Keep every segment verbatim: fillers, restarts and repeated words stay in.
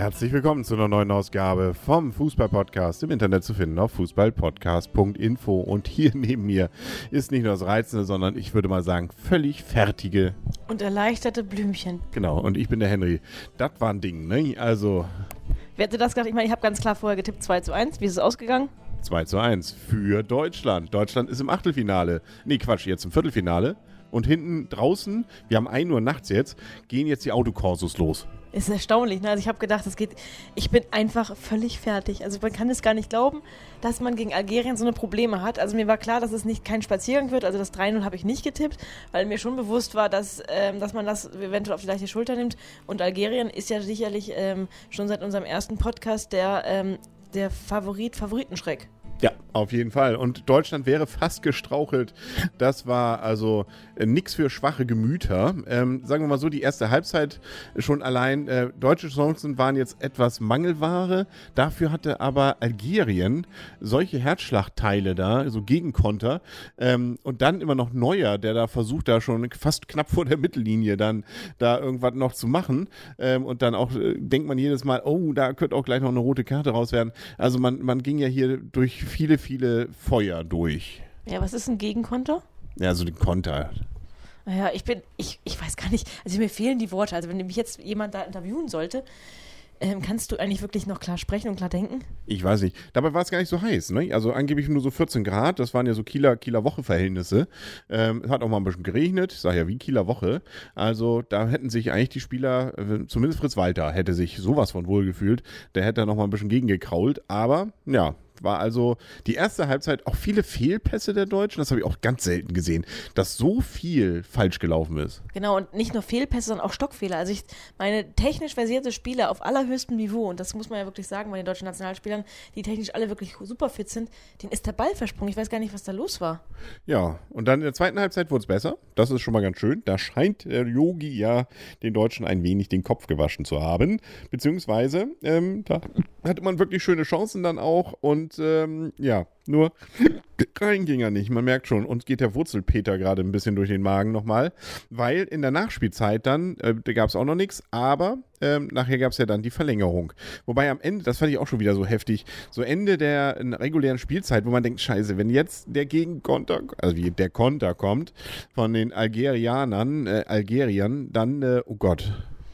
Herzlich willkommen zu einer neuen Ausgabe vom Fußball-Podcast, im Internet zu finden auf fußballpodcast punkt info. Und hier neben mir ist nicht nur das Reizende, sondern ich würde mal sagen, völlig fertige und erleichterte Blümchen. Genau, und ich bin der Henry. Das war ein Ding, ne? Also... Wer hätte das gedacht? Ich meine, ich habe ganz klar vorher getippt zwei zu eins. Wie ist es ausgegangen? zwei zu eins für Deutschland. Deutschland ist im Achtelfinale. Nee, Quatsch, jetzt im Viertelfinale. Und hinten draußen, wir haben ein Uhr nachts jetzt, gehen jetzt die Autokorsos los. Ist erstaunlich, ne? Also ich habe gedacht, es geht, ich bin einfach völlig fertig. Also man kann es gar nicht glauben, dass man gegen Algerien so eine Probleme hat. Also mir war klar, dass es nicht kein Spaziergang wird. Also das drei null habe ich nicht getippt, weil mir schon bewusst war, dass, ähm, dass man das eventuell auf die leichte Schulter nimmt. Und Algerien ist ja sicherlich ähm, schon seit unserem ersten Podcast der, ähm, der Favorit, Favoritenschreck. Ja, auf jeden Fall. Und Deutschland wäre fast gestrauchelt. Das war also äh, nix für schwache Gemüter. Ähm, sagen wir mal so, die erste Halbzeit schon allein. Äh, deutsche Chancen waren jetzt etwas Mangelware. Dafür hatte aber Algerien solche Herzschlagteile da, so Gegenkonter. Ähm, und dann immer noch Neuer, der da versucht, da schon fast knapp vor der Mittellinie dann da irgendwas noch zu machen. Ähm, und dann auch äh, denkt man jedes Mal, oh, da könnte auch gleich noch eine rote Karte raus werden. Also man, man ging ja hier durch viele, viele Feuer durch. Ja, was ist ein Gegenkonter? Ja, so den Konter. Naja, ich bin, ich, ich weiß gar nicht, also mir fehlen die Worte. Also wenn mich jetzt jemand da interviewen sollte, ähm, kannst du eigentlich wirklich noch klar sprechen und klar denken? Ich weiß nicht. Dabei war es gar nicht so heiß, ne? Also angeblich nur so vierzehn Grad. Das waren ja so Kieler, Kieler Woche-Verhältnisse. Ähm, es hat auch mal ein bisschen geregnet. Ich sage ja, wie Kieler Woche. Also da hätten sich eigentlich die Spieler, zumindest Fritz Walter, hätte sich sowas von wohl gefühlt. Der hätte da noch mal ein bisschen gegengekrault. Aber, ja, war also die erste Halbzeit auch viele Fehlpässe der Deutschen. Das habe ich auch ganz selten gesehen, dass so viel falsch gelaufen ist. Genau, und nicht nur Fehlpässe, sondern auch Stockfehler. Also ich meine, technisch versierte Spieler auf allerhöchstem Niveau, und das muss man ja wirklich sagen bei den deutschen Nationalspielern, die technisch alle wirklich super fit sind, denen ist der Ball versprungen. Ich weiß gar nicht, was da los war. Ja, und dann in der zweiten Halbzeit wurde es besser. Das ist schon mal ganz schön. Da scheint der Yogi ja den Deutschen ein wenig den Kopf gewaschen zu haben. Beziehungsweise, ähm, da hatte man wirklich schöne Chancen dann auch. Und ähm, ja, nur rein ging er nicht. Man merkt schon, uns geht der Wurzelpeter gerade ein bisschen durch den Magen nochmal. Weil in der Nachspielzeit dann, äh, da gab es auch noch nichts, aber ähm, nachher gab es ja dann die Verlängerung. Wobei am Ende, das fand ich auch schon wieder so heftig, so Ende der äh, regulären Spielzeit, wo man denkt, scheiße, wenn jetzt der Gegenkonter, also wie der Konter kommt von den Algerianern, äh, Algeriern, dann, äh, oh Gott.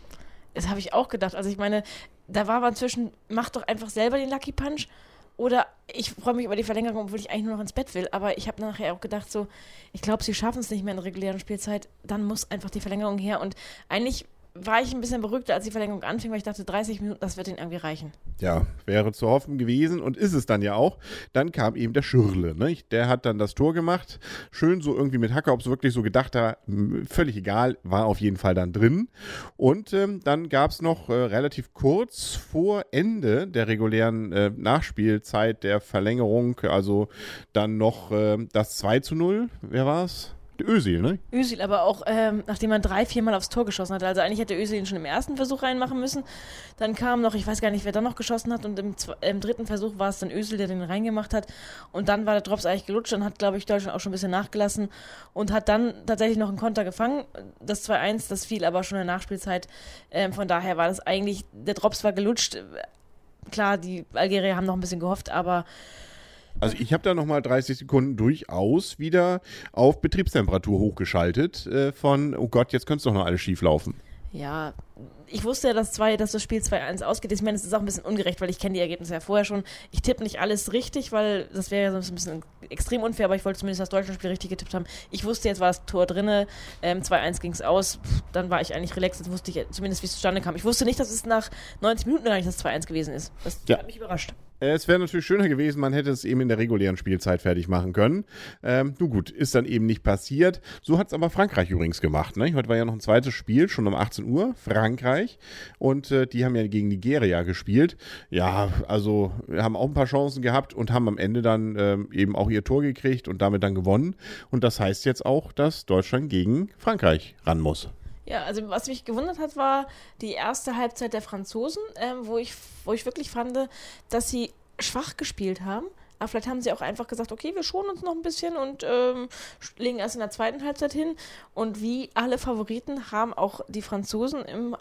Das habe ich auch gedacht. Also ich meine, da war man zwischen, mach doch einfach selber den Lucky Punch oder ich freue mich über die Verlängerung, obwohl ich eigentlich nur noch ins Bett will. Aber ich habe nachher auch gedacht, so, ich glaube, sie schaffen es nicht mehr in der regulären Spielzeit. Dann muss einfach die Verlängerung her. Und eigentlich war ich ein bisschen beruhigter, als die Verlängerung anfing, weil ich dachte, dreißig Minuten, das wird ihnen irgendwie reichen. Ja, wäre zu hoffen gewesen und ist es dann ja auch. Dann kam eben der Schürrle, ne? Der hat dann das Tor gemacht. Schön so irgendwie mit Hacke, ob es wirklich so gedacht hat, völlig egal, war auf jeden Fall dann drin. Und ähm, dann gab es noch äh, relativ kurz vor Ende der regulären äh, Nachspielzeit der Verlängerung, also dann noch äh, das zwei zu null. Wer war es? Özil, ne? Özil, aber auch ähm, nachdem man drei, viermal aufs Tor geschossen hatte. Also eigentlich hätte Özil ihn schon im ersten Versuch reinmachen müssen. Dann kam noch, ich weiß gar nicht, wer dann noch geschossen hat. Und im, im dritten Versuch war es dann Özil, der den reingemacht hat. Und dann war der Drops eigentlich gelutscht und hat, glaube ich, Deutschland auch schon ein bisschen nachgelassen. Und hat dann tatsächlich noch einen Konter gefangen. Das zwei eins, das fiel aber schon in der Nachspielzeit. Ähm, von daher war das eigentlich, der Drops war gelutscht. Klar, die Algerier haben noch ein bisschen gehofft, aber... Also ich habe da nochmal dreißig Sekunden durchaus wieder auf Betriebstemperatur hochgeschaltet äh, von, oh Gott, jetzt könnte es doch noch alles schief laufen. Ja, ich wusste ja, dass, zwei, dass das Spiel zwei eins ausgeht. Ich meine, es ist auch ein bisschen ungerecht, weil ich kenne die Ergebnisse ja vorher schon. Ich tippe nicht alles richtig, weil das wäre ja so ein bisschen extrem unfair, aber ich wollte zumindest das Deutschlandspiel richtig getippt haben. Ich wusste, jetzt war das Tor drinne, ähm, zwei eins ging es aus, dann war ich eigentlich relaxed, jetzt wusste ich zumindest, wie es zustande kam. Ich wusste nicht, dass es nach neunzig Minuten eigentlich das zwei eins gewesen ist. Das ja. hat mich überrascht. Es wäre natürlich schöner gewesen, man hätte es eben in der regulären Spielzeit fertig machen können. Ähm, nun gut, ist dann eben nicht passiert. So hat es aber Frankreich übrigens gemacht. Ne? Heute war ja noch ein zweites Spiel, schon um achtzehn Uhr, Frankreich. Und äh, die haben ja gegen Nigeria gespielt. Ja, also haben auch ein paar Chancen gehabt und haben am Ende dann ähm, eben auch ihr Tor gekriegt und damit dann gewonnen. Und das heißt jetzt auch, dass Deutschland gegen Frankreich ran muss. Ja, also was mich gewundert hat, war die erste Halbzeit der Franzosen, ähm, wo ich, wo ich wirklich fand, dass sie schwach gespielt haben. Aber vielleicht haben sie auch einfach gesagt, okay, wir schonen uns noch ein bisschen und ähm, legen erst in der zweiten Halbzeit hin. Und wie alle Favoriten haben auch die Franzosen im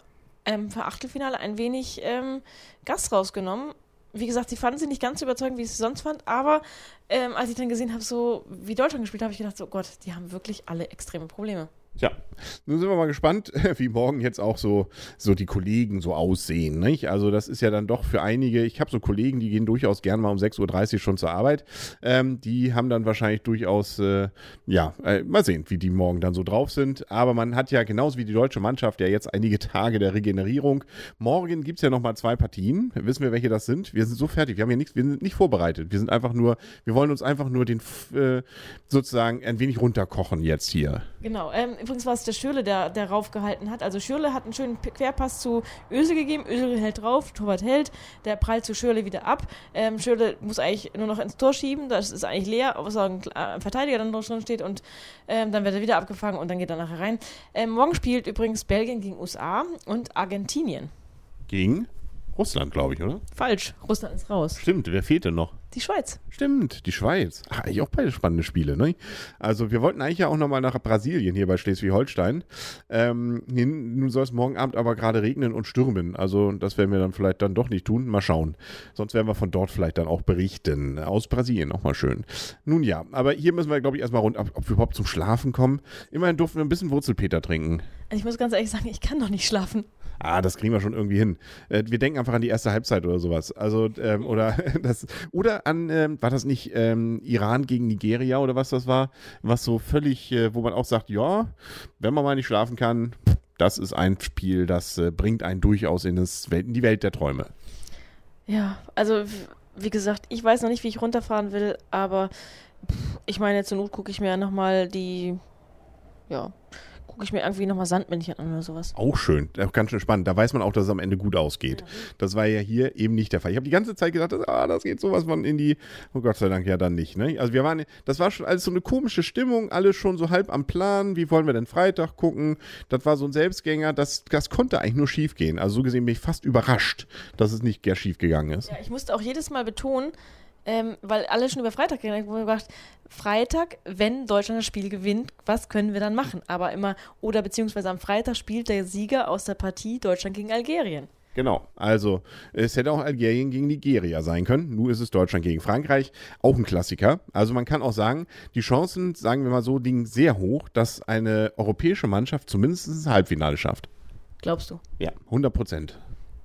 ähm, für Achtelfinale ein wenig ähm, Gas rausgenommen. Wie gesagt, sie fanden sie nicht ganz so überzeugend, wie ich sie sonst fand, aber ähm, als ich dann gesehen habe, so wie Deutschland gespielt hat, habe ich gedacht, so Gott, die haben wirklich alle extreme Probleme. Tja, nun sind wir mal gespannt, wie morgen jetzt auch so, so die Kollegen so aussehen. Nicht? Also das ist ja dann doch für einige, ich habe so Kollegen, die gehen durchaus gern mal um sechs Uhr dreißig schon zur Arbeit. Ähm, die haben dann wahrscheinlich durchaus, äh, ja, äh, mal sehen, wie die morgen dann so drauf sind. Aber man hat ja genauso wie die deutsche Mannschaft ja jetzt einige Tage der Regenerierung. Morgen gibt es ja nochmal zwei Partien. Wissen wir, welche das sind? Wir sind so fertig, wir haben ja nichts, wir sind nicht vorbereitet. Wir sind einfach nur, wir wollen uns einfach nur den, äh, sozusagen ein wenig runterkochen jetzt hier. Genau, ähm, übrigens war es der Schürrle, der, der raufgehalten hat. Also Schürrle hat einen schönen Querpass zu Özil gegeben. Özil hält drauf, Torwart hält. Der prallt zu Schürrle wieder ab. Ähm, Schürrle muss eigentlich nur noch ins Tor schieben. Das ist eigentlich leer, außer ein äh, Verteidiger dann drin steht. Und ähm, dann wird er wieder abgefangen und dann geht er nachher rein. Ähm, morgen spielt übrigens Belgien gegen U S A und Argentinien. Gegen Russland, glaube ich, oder? Falsch, Russland ist raus. Stimmt, wer fehlt denn noch? Die Schweiz. Stimmt, die Schweiz. Ach, eigentlich auch beide spannende Spiele, ne? Also wir wollten eigentlich ja auch nochmal nach Brasilien hier bei Schleswig-Holstein. Ähm, nun soll es morgen Abend aber gerade regnen und stürmen. Also das werden wir dann vielleicht dann doch nicht tun. Mal schauen. Sonst werden wir von dort vielleicht dann auch berichten. Aus Brasilien auch mal schön. Nun ja, aber hier müssen wir, glaube ich, erstmal rund, ob, ob wir überhaupt zum Schlafen kommen. Immerhin durften wir ein bisschen Wurzelpeter trinken. Also ich muss ganz ehrlich sagen, ich kann doch nicht schlafen. Ah, das kriegen wir schon irgendwie hin. Äh, wir denken einfach an die erste Halbzeit oder sowas. Also, ähm, oder das, oder an, ähm, war das nicht ähm, Iran gegen Nigeria oder was das war? Was so völlig, äh, wo man auch sagt, ja, wenn man mal nicht schlafen kann, das ist ein Spiel, das äh, bringt einen durchaus in, das Welt, in die Welt der Träume. Ja, also wie gesagt, ich weiß noch nicht, wie ich runterfahren will, aber pff, ich meine, zur Not gucke ich mir ja nochmal die, ja, gucke ich mir irgendwie nochmal Sandmännchen an oder sowas. Auch schön, ganz schön spannend. Da weiß man auch, dass es am Ende gut ausgeht. Ja. Das war ja hier eben nicht der Fall. Ich habe die ganze Zeit gedacht, dass, ah, das geht sowas von in die, oh Gott sei Dank ja dann nicht. Ne? Also wir waren, das war schon alles so eine komische Stimmung, alle schon so halb am Plan. Wie wollen wir denn Freitag gucken? Das war so ein Selbstgänger, das, das konnte eigentlich nur schief gehen. Also so gesehen bin ich fast überrascht, dass es nicht gar schief gegangen ist. Ja, ich musste auch jedes Mal betonen, Ähm, weil alle schon über Freitag geredet haben, wo wir gedacht, Freitag, wenn Deutschland das Spiel gewinnt, was können wir dann machen? Aber immer, oder beziehungsweise am Freitag spielt der Sieger aus der Partie Deutschland gegen Algerien. Genau, also es hätte auch Algerien gegen Nigeria sein können, nun ist es Deutschland gegen Frankreich, auch ein Klassiker. Also man kann auch sagen, die Chancen, sagen wir mal so, liegen sehr hoch, dass eine europäische Mannschaft zumindest das Halbfinale schafft. Glaubst du? Ja, hundert Prozent.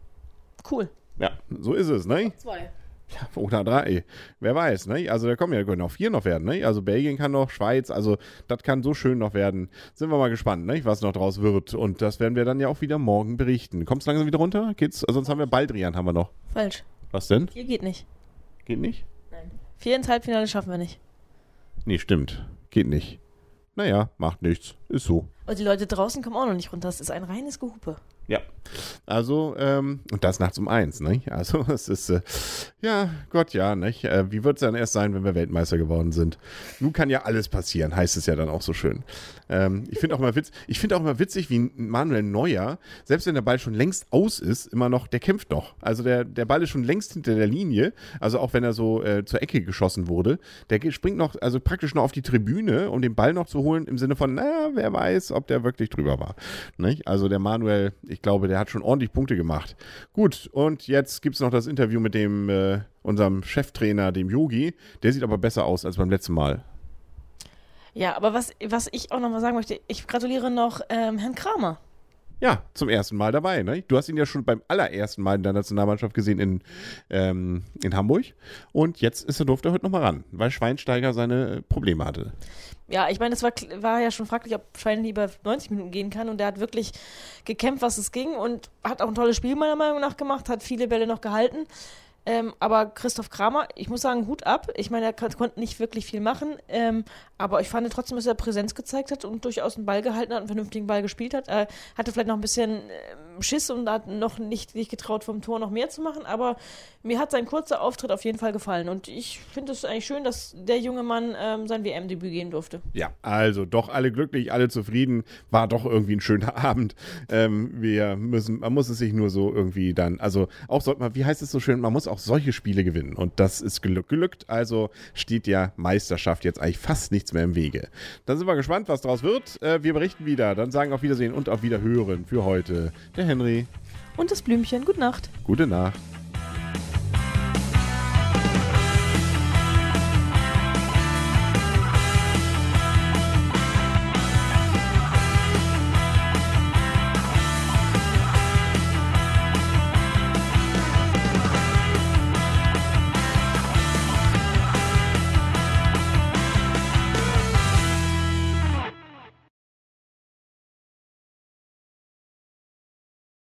Cool. Ja, so ist es, ne? Zwei. Ja, oder drei. Wer weiß, ne? Also da kommen ja können auch vier noch werden, ne? Also Belgien kann noch, Schweiz, also das kann so schön noch werden. Sind wir mal gespannt, ne? Was noch draus wird. Und das werden wir dann ja auch wieder morgen berichten. Kommst du langsam wieder runter? Geht's? Sonst haben wir Baldrian, haben wir noch. Falsch. Was denn? Vier geht nicht. Geht nicht? Nein. Vier ins Halbfinale schaffen wir nicht. Nee, stimmt. Geht nicht. Naja, macht nichts. Ist so. Und die Leute draußen kommen auch noch nicht runter. Das ist ein reines Gehupe. Ja, also, ähm, und das nachts um eins, ne? Also, es ist, äh, ja, Gott, ja, nicht? Äh, wie wird es dann erst sein, wenn wir Weltmeister geworden sind? Nun kann ja alles passieren, heißt es ja dann auch so schön. Ähm, ich finde auch mal witz, ich finde auch immer witzig, wie Manuel Neuer, selbst wenn der Ball schon längst aus ist, immer noch, der kämpft noch. Also, der, der Ball ist schon längst hinter der Linie, also auch wenn er so äh, zur Ecke geschossen wurde, der springt noch, also praktisch noch auf die Tribüne, um den Ball noch zu holen, im Sinne von, na, wer weiß, ob der wirklich drüber war. Nicht? Also, der Manuel, ich glaube, der hat schon ordentlich Punkte gemacht. Gut, und jetzt gibt es noch das Interview mit dem, äh, unserem Cheftrainer, dem Yogi. Der sieht aber besser aus als beim letzten Mal. Ja, aber was, was ich auch nochmal sagen möchte, ich gratuliere noch ähm, Herrn Kramer. Ja, zum ersten Mal dabei. Ne? Du hast ihn ja schon beim allerersten Mal in der Nationalmannschaft gesehen in, ähm, in Hamburg. Und jetzt ist er, durfte er heute nochmal ran, weil Schweinsteiger seine Probleme hatte. Ja, ich meine, es war, war ja schon fraglich, ob Schwein lieber neunzig Minuten gehen kann. Und der hat wirklich gekämpft, was es ging. Und hat auch ein tolles Spiel meiner Meinung nach gemacht, hat viele Bälle noch gehalten. Ähm, aber Christoph Kramer, ich muss sagen, Hut ab. Ich meine, er konnte nicht wirklich viel machen, ähm, aber ich fand trotzdem, dass er Präsenz gezeigt hat und durchaus einen Ball gehalten hat, einen vernünftigen Ball gespielt hat. Er hatte vielleicht noch ein bisschen äh, Schiss und hat noch nicht sich getraut, vom Tor noch mehr zu machen, aber mir hat sein kurzer Auftritt auf jeden Fall gefallen und ich finde es eigentlich schön, dass der junge Mann ähm, sein W M-Debüt gehen durfte. Ja, also doch alle glücklich, alle zufrieden, war doch irgendwie ein schöner Abend. Ähm, wir müssen, man muss es sich nur so irgendwie dann, also auch sollte man, wie heißt es so schön, man muss auch solche Spiele gewinnen und das ist gelückt, gelückt, also steht ja Meisterschaft jetzt eigentlich fast nichts mehr im Wege. Dann sind wir gespannt, was daraus wird. Äh, wir berichten wieder, dann sagen auf Wiedersehen und auf Wiederhören für heute der Henry. Und das Blümchen. Gute Nacht. Gute Nacht.